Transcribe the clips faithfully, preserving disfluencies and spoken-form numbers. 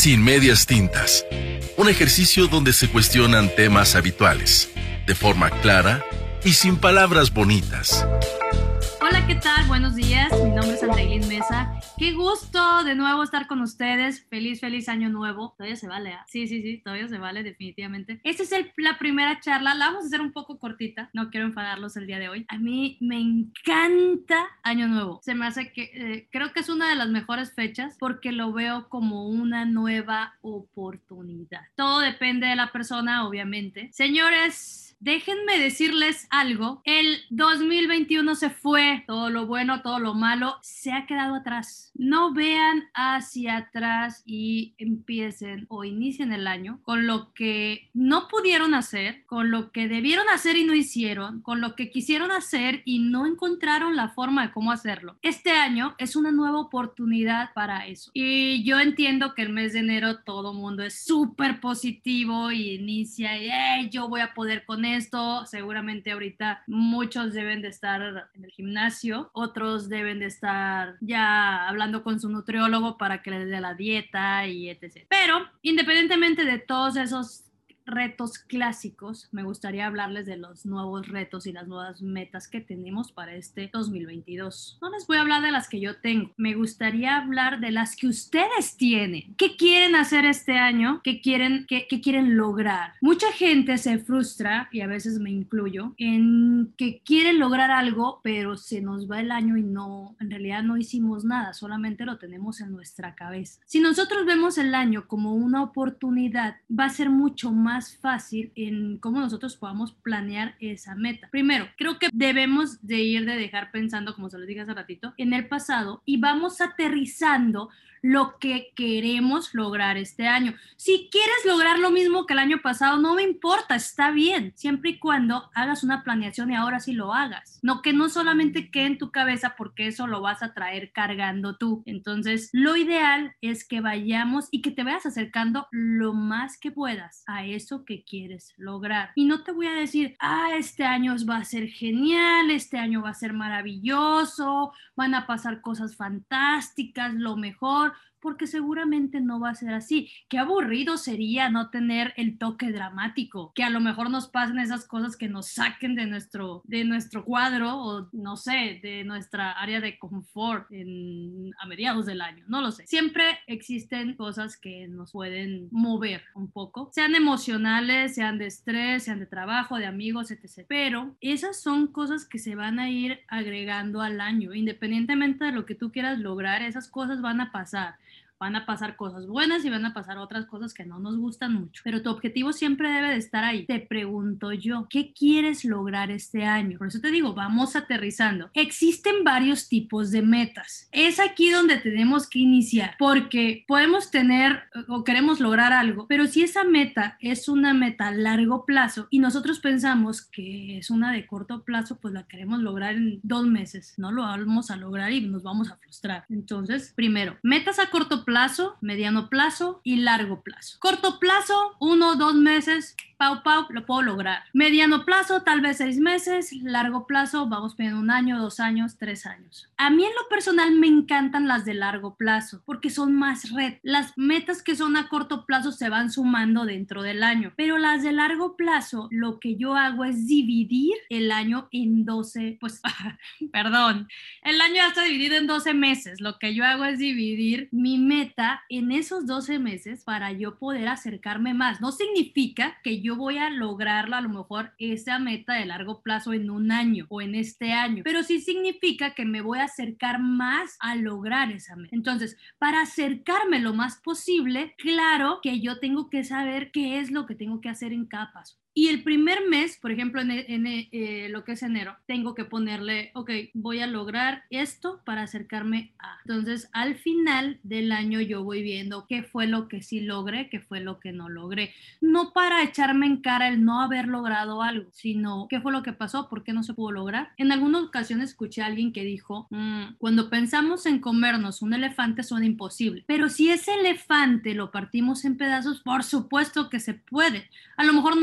Sin medias tintas. Un ejercicio donde se cuestionan temas habituales, de forma clara y sin palabras bonitas. Hola, ¿qué tal? Buenos días, mi nombre es Andreilín Mesa. Qué gusto de nuevo estar con ustedes. Feliz, feliz año nuevo. Todavía se vale, ¿eh? Sí, sí, sí, todavía se vale, definitivamente. Esta es el, la primera charla, la vamos a hacer un poco cortita, no quiero enfadarlos el día de hoy. A mí me encanta año nuevo. Se me hace que, eh, creo que es una de las mejores fechas porque lo veo como una nueva oportunidad. Todo depende de la persona, obviamente. Señores, déjenme decirles algo. El dos mil veintiuno se fue. Todo lo bueno, todo lo malo se ha quedado atrás. No vean hacia atrás y empiecen o inicien el año con lo que no pudieron hacer, con lo que debieron hacer y no hicieron, con lo que quisieron hacer y no encontraron la forma de cómo hacerlo. Este año es una nueva oportunidad para eso. Y yo entiendo que el mes de enero todo mundo es súper positivo y inicia y hey, yo voy a poder con esto. Seguramente ahorita muchos deben de estar en el gimnasio, otros deben de estar ya hablando con su nutriólogo para que les dé la dieta y etcétera. Pero independientemente de todos esos retos clásicos, me gustaría hablarles de los nuevos retos y las nuevas metas que tenemos para este dos mil veintidós. No les voy a hablar de las que yo tengo, me gustaría hablar de las que ustedes tienen. ¿Qué quieren hacer este año? ¿Qué quieren, qué, qué quieren lograr? Mucha gente se frustra, y a veces me incluyo, en que quieren lograr algo, pero se nos va el año y no, en realidad no hicimos nada, solamente lo tenemos en nuestra cabeza. Si nosotros vemos el año como una oportunidad, va a ser mucho más más fácil en cómo nosotros podamos planear esa meta. Primero, creo que debemos de ir de dejar pensando, como se lo dije hace ratito, en el pasado y vamos aterrizando lo que queremos lograr este año. Si quieres lograr lo mismo que el año pasado, no me importa, está bien, siempre y cuando hagas una planeación y ahora sí lo hagas. No que no solamente quede en tu cabeza porque eso lo vas a traer cargando tú. Entonces, lo ideal es que vayamos y que te vayas acercando lo más que puedas a eso que quieres lograr. Y no te voy a decir, ah, este año va a ser genial, este año va a ser maravilloso, van a pasar cosas fantásticas, lo mejor, porque seguramente no va a ser así. Qué aburrido sería no tener el toque dramático, que a lo mejor nos pasen esas cosas que nos saquen de nuestro, de nuestro cuadro o no sé, de nuestra área de confort en, a mediados del año, no lo sé. Siempre existen cosas que nos pueden mover un poco, sean emocionales, sean de estrés, sean de trabajo, de amigos, etcétera. Pero esas son cosas que se van a ir agregando al año, independientemente de lo que tú quieras lograr, esas cosas van a pasar. Van a pasar cosas buenas y van a pasar otras cosas que no nos gustan mucho. Pero tu objetivo siempre debe de estar ahí. Te pregunto yo, ¿qué quieres lograr este año? Por eso te digo, vamos aterrizando. Existen varios tipos de metas. Es aquí donde tenemos que iniciar, porque podemos tener o queremos lograr algo, pero si esa meta es una meta a largo plazo y nosotros pensamos que es una de corto plazo, pues la queremos lograr en dos meses. No lo vamos a lograr y nos vamos a frustrar. Entonces, primero, metas a corto plazo, mediano plazo y largo plazo. Corto plazo, uno o dos meses, pau pau, lo puedo lograr. Mediano plazo, tal vez seis meses. Largo plazo, vamos pidiendo un año, dos años, tres años. A mí en lo personal me encantan las de largo plazo porque son más red. Las metas que son a corto plazo se van sumando dentro del año, pero las de largo plazo, lo que yo hago es dividir el año en doce, pues, perdón, el año ya está dividido en doce meses. Lo que yo hago es dividir mi meta en esos doce meses para yo poder acercarme más. No significa que yo voy a lograrla a lo mejor esa meta de largo plazo en un año o en este año, pero sí significa que me voy a acercar más a lograr esa meta. Entonces, para acercarme lo más posible, claro que yo tengo que saber qué es lo que tengo que hacer en cada paso. Y el primer mes, por ejemplo, en, en eh, lo que es enero, tengo que ponerle, ok, voy a lograr esto para acercarme a. Entonces, al final del año yo voy viendo qué fue lo que sí logré, qué fue lo que no logré. No para echarme en cara el no haber logrado algo, sino qué fue lo que pasó, por qué no se pudo lograr. En algunas ocasiones escuché a alguien que dijo, mmm, cuando pensamos en comernos un elefante suena imposible, pero si ese elefante lo partimos en pedazos, por supuesto que se puede. A lo mejor no en una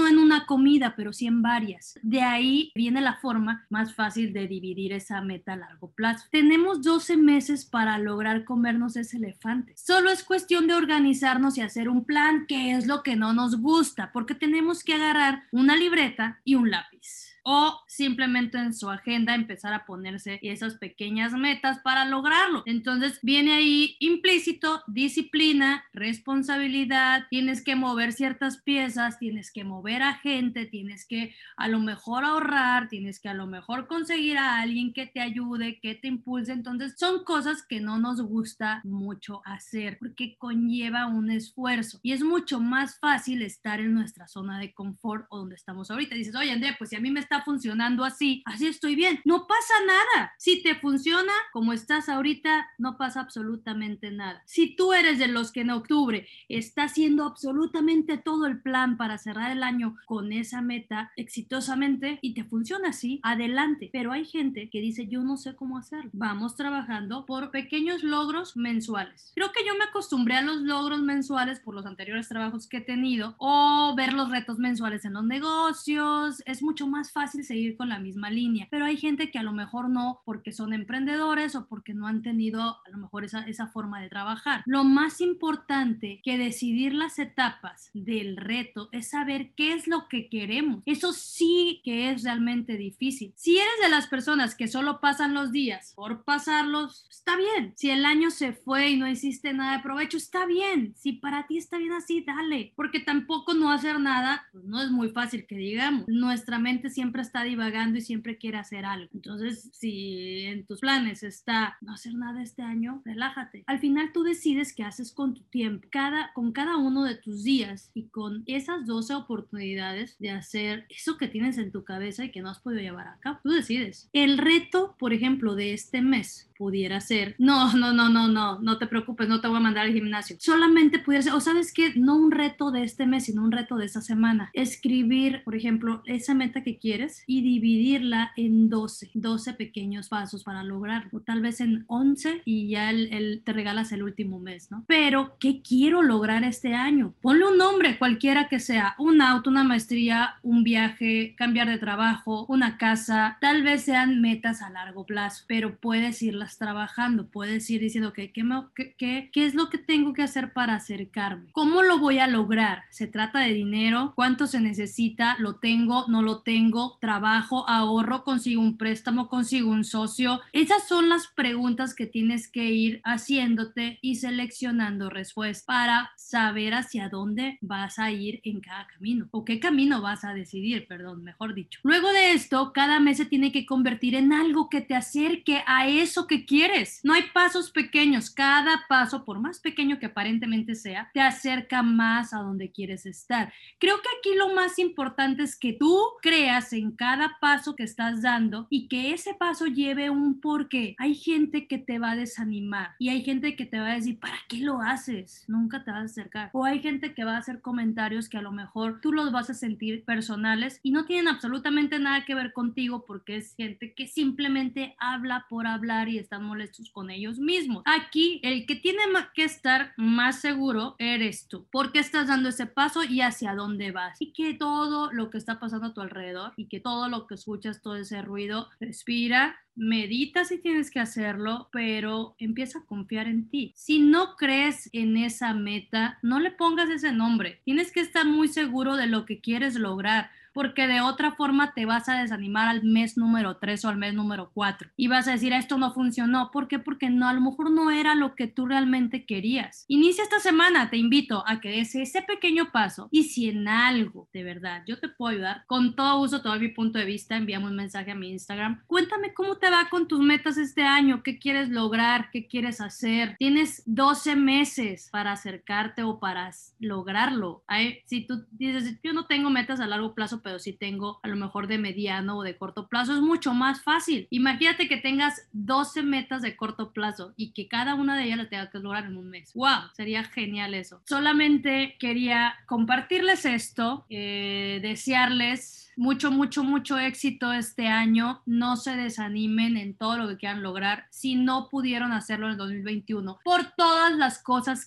una comida, pero sí en varias. De ahí viene la forma más fácil de dividir esa meta a largo plazo. Tenemos doce meses para lograr comernos ese elefante. Solo es cuestión de organizarnos y hacer un plan, que es lo que no nos gusta, porque tenemos que agarrar una libreta y un lápiz. O simplemente en su agenda empezar a ponerse esas pequeñas metas para lograrlo. Entonces viene ahí implícito disciplina, responsabilidad, tienes que mover ciertas piezas, tienes que mover a gente, tienes que a lo mejor ahorrar, tienes que a lo mejor conseguir a alguien que te ayude, que te impulse. Entonces son cosas que no nos gusta mucho hacer porque conlleva un esfuerzo y es mucho más fácil estar en nuestra zona de confort o donde estamos ahorita. Dices, oye Andrea, pues si a mí me está funcionando así, así estoy bien, no pasa nada. Si te funciona como estás ahorita, no pasa absolutamente nada. Si tú eres de los que en octubre está haciendo absolutamente todo el plan para cerrar el año con esa meta exitosamente y te funciona así, adelante. Pero hay gente que dice, yo no sé cómo hacerlo. Vamos trabajando por pequeños logros mensuales. Creo que yo me acostumbré a los logros mensuales por los anteriores trabajos que he tenido o ver los retos mensuales en los negocios. Es mucho más fácil seguir con la misma línea, pero hay gente que a lo mejor no, porque son emprendedores o porque no han tenido a lo mejor esa, esa forma de trabajar. Lo más importante que decidir las etapas del reto es saber qué es lo que queremos. Eso sí que es realmente difícil. Si eres de las personas que solo pasan los días por pasarlos, está bien. Si el año se fue y no hiciste nada de provecho, está bien. Si para ti está bien así, dale, porque tampoco no hacer nada, pues no es muy fácil que digamos. Nuestra mente siempre está divagando y siempre quiere hacer algo. Entonces, si en tus planes está no hacer nada este año, relájate. Al final tú decides qué haces con tu tiempo, cada, con cada uno de tus días y con esas doce oportunidades de hacer eso que tienes en tu cabeza y que no has podido llevar a cabo. Tú decides. El reto, por ejemplo, de este mes pudiera ser, no, no, no, no, no, no te preocupes, no te voy a mandar al gimnasio. Solamente pudiera ser, o sabes qué, no un reto de este mes, sino un reto de esta semana. Escribir, por ejemplo, esa meta que quieres y dividirla en doce, doce pequeños pasos para lograrlo. O tal vez en once y ya el, el, te regalas el último mes, ¿no? Pero, ¿qué quiero lograr este año? Ponle un nombre, cualquiera que sea, un auto, una maestría, un viaje, cambiar de trabajo, una casa, tal vez sean metas a largo plazo, pero puedes irlas trabajando, puedes ir diciendo que, ¿qué, qué, qué, ¿qué es lo que tengo que hacer para acercarme? ¿Cómo lo voy a lograr? ¿Se trata de dinero? ¿Cuánto se necesita? ¿Lo tengo? ¿No lo tengo? ¿Trabajo? ¿Ahorro? ¿Consigo un préstamo? ¿Consigo un socio? Esas son las preguntas que tienes que ir haciéndote y seleccionando respuestas para saber hacia dónde vas a ir en cada camino o qué camino vas a decidir, perdón, mejor dicho. Luego de esto, cada mes se tiene que convertir en algo que te acerque a eso que quieres. No hay pasos pequeños. Cada paso, por más pequeño que aparentemente sea, te acerca más a donde quieres estar. Creo que aquí lo más importante es que tú creas en cada paso que estás dando y que ese paso lleve un porqué. Hay gente que te va a desanimar y hay gente que te va a decir, ¿para qué lo haces? Nunca te vas a acercar. O hay gente que va a hacer comentarios que a lo mejor tú los vas a sentir personales y no tienen absolutamente nada que ver contigo porque es gente que simplemente habla por hablar y están molestos con ellos mismos. Aquí el que tiene que estar más seguro eres tú, porque estás dando ese paso y hacia dónde vas, y que todo lo que está pasando a tu alrededor y que todo lo que escuchas, todo ese ruido, respira, medita si tienes que hacerlo, pero empieza a confiar en ti. Si no crees en esa meta, no le pongas ese nombre. Tienes que estar muy seguro de lo que quieres lograr, porque de otra forma te vas a desanimar al mes número tres o al mes número cuatro y vas a decir, esto no funcionó. ¿Por qué? Porque no, a lo mejor no era lo que tú realmente querías. Inicia esta semana, te invito a que des ese pequeño paso y si en algo, de verdad, yo te puedo ayudar, con todo uso, todo mi punto de vista, envíame un mensaje a mi Instagram. Cuéntame cómo te va con tus metas este año, qué quieres lograr, qué quieres hacer. Tienes doce meses para acercarte o para lograrlo. Ay, si tú dices, yo no tengo metas a largo plazo, pero si tengo a lo mejor de mediano o de corto plazo, es mucho más fácil. Imagínate que tengas doce metas de corto plazo y que cada una de ellas la tengas que lograr en un mes. ¡Wow! Sería genial eso. Solamente quería compartirles esto, eh, desearles mucho, mucho, mucho éxito este año. No se desanimen en todo lo que quieran lograr si no pudieron hacerlo en el dos mil veintiuno por todas las cosas que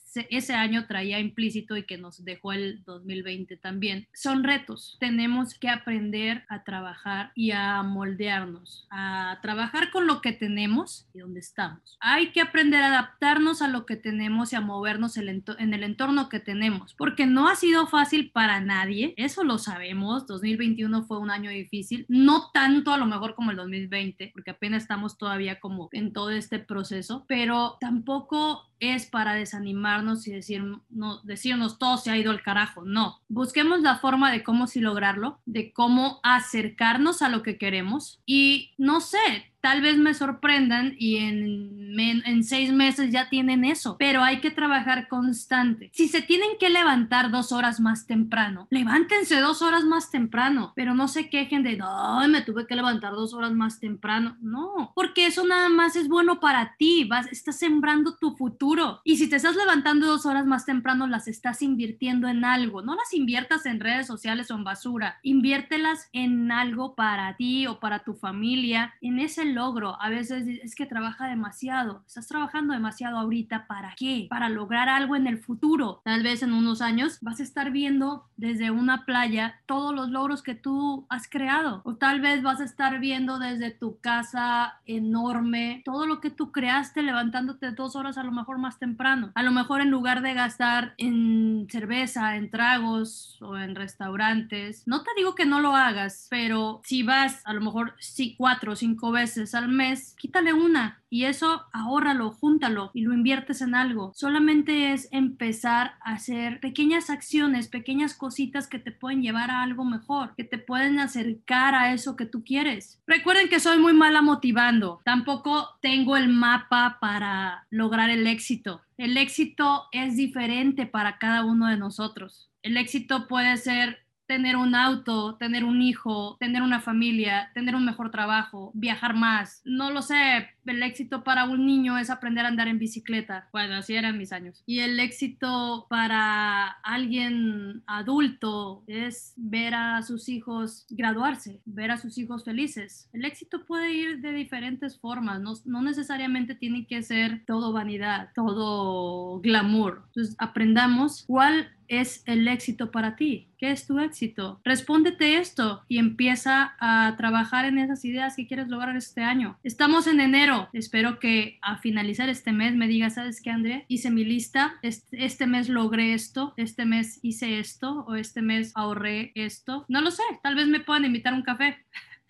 ese año traía implícito y que nos dejó el dos mil veinte también, son retos. Tenemos que aprender a trabajar y a moldearnos, a trabajar con lo que tenemos y donde estamos. Hay que aprender a adaptarnos a lo que tenemos y a movernos en el entorno que tenemos, porque no ha sido fácil para nadie, eso lo sabemos. dos mil veintiuno fue un año difícil, no tanto a lo mejor como el dos mil veinte, porque apenas estamos todavía como en todo este proceso, pero tampoco es para desanimarnos y decir, no, decirnos todo se ha ido al carajo. No, busquemos la forma de cómo sí lograrlo, de cómo acercarnos a lo que queremos y no sé, tal vez me sorprendan y en, en, en seis meses ya tienen eso, pero hay que trabajar constante. Si se tienen que levantar dos horas más temprano, levántense dos horas más temprano, pero no se quejen de, ay, me tuve que levantar dos horas más temprano. No, porque eso nada más es bueno para ti, vas, estás sembrando tu futuro. Y si te estás levantando dos horas más temprano, las estás invirtiendo en algo. No las inviertas en redes sociales o en basura. Inviértelas en algo para ti o para tu familia, en ese logro. A veces es que trabaja demasiado. Estás trabajando demasiado ahorita. ¿Para qué? Para lograr algo en el futuro. Tal vez en unos años vas a estar viendo desde una playa todos los logros que tú has creado. O tal vez vas a estar viendo desde tu casa enorme todo lo que tú creaste levantándote dos horas a lo mejor más temprano. A lo mejor en lugar de gastar en cerveza, en tragos o en restaurantes, no te digo que no lo hagas, pero si vas a lo mejor sí, cuatro o cinco veces al mes, quítale una y eso ahórralo, júntalo y lo inviertes en algo. Solamente es empezar a hacer pequeñas acciones, pequeñas cositas que te pueden llevar a algo mejor, que te pueden acercar a eso que tú quieres. Recuerden que soy muy mala motivando. Tampoco tengo el mapa para lograr el éxito. El éxito es diferente para cada uno de nosotros. El éxito puede ser tener un auto, tener un hijo, tener una familia, tener un mejor trabajo, viajar más. No lo sé, el éxito para un niño es aprender a andar en bicicleta. Bueno, así eran mis años. Y el éxito para alguien adulto es ver a sus hijos graduarse, ver a sus hijos felices. El éxito puede ir de diferentes formas, no, no necesariamente tiene que ser todo vanidad, todo glamour. Entonces, aprendamos cuál es el éxito para ti. ¿Qué es tu éxito? Respóndete esto y empieza a trabajar en esas ideas que quieres lograr este año. Estamos en enero. Espero que a finalizar este mes me digas, ¿sabes qué, Andrea? Hice mi lista. Este, este mes logré esto. Este mes hice esto. O este mes ahorré esto. No lo sé. Tal vez me puedan invitar a un café.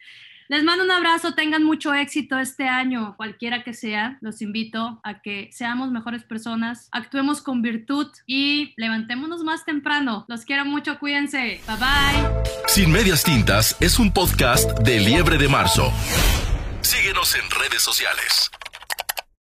Les mando un abrazo, tengan mucho éxito este año, cualquiera que sea. Los invito a que seamos mejores personas, actuemos con virtud y levantémonos más temprano. Los quiero mucho, cuídense. Bye bye. Sin Medias Tintas es un podcast de Liebre de Marzo. Síguenos en redes sociales.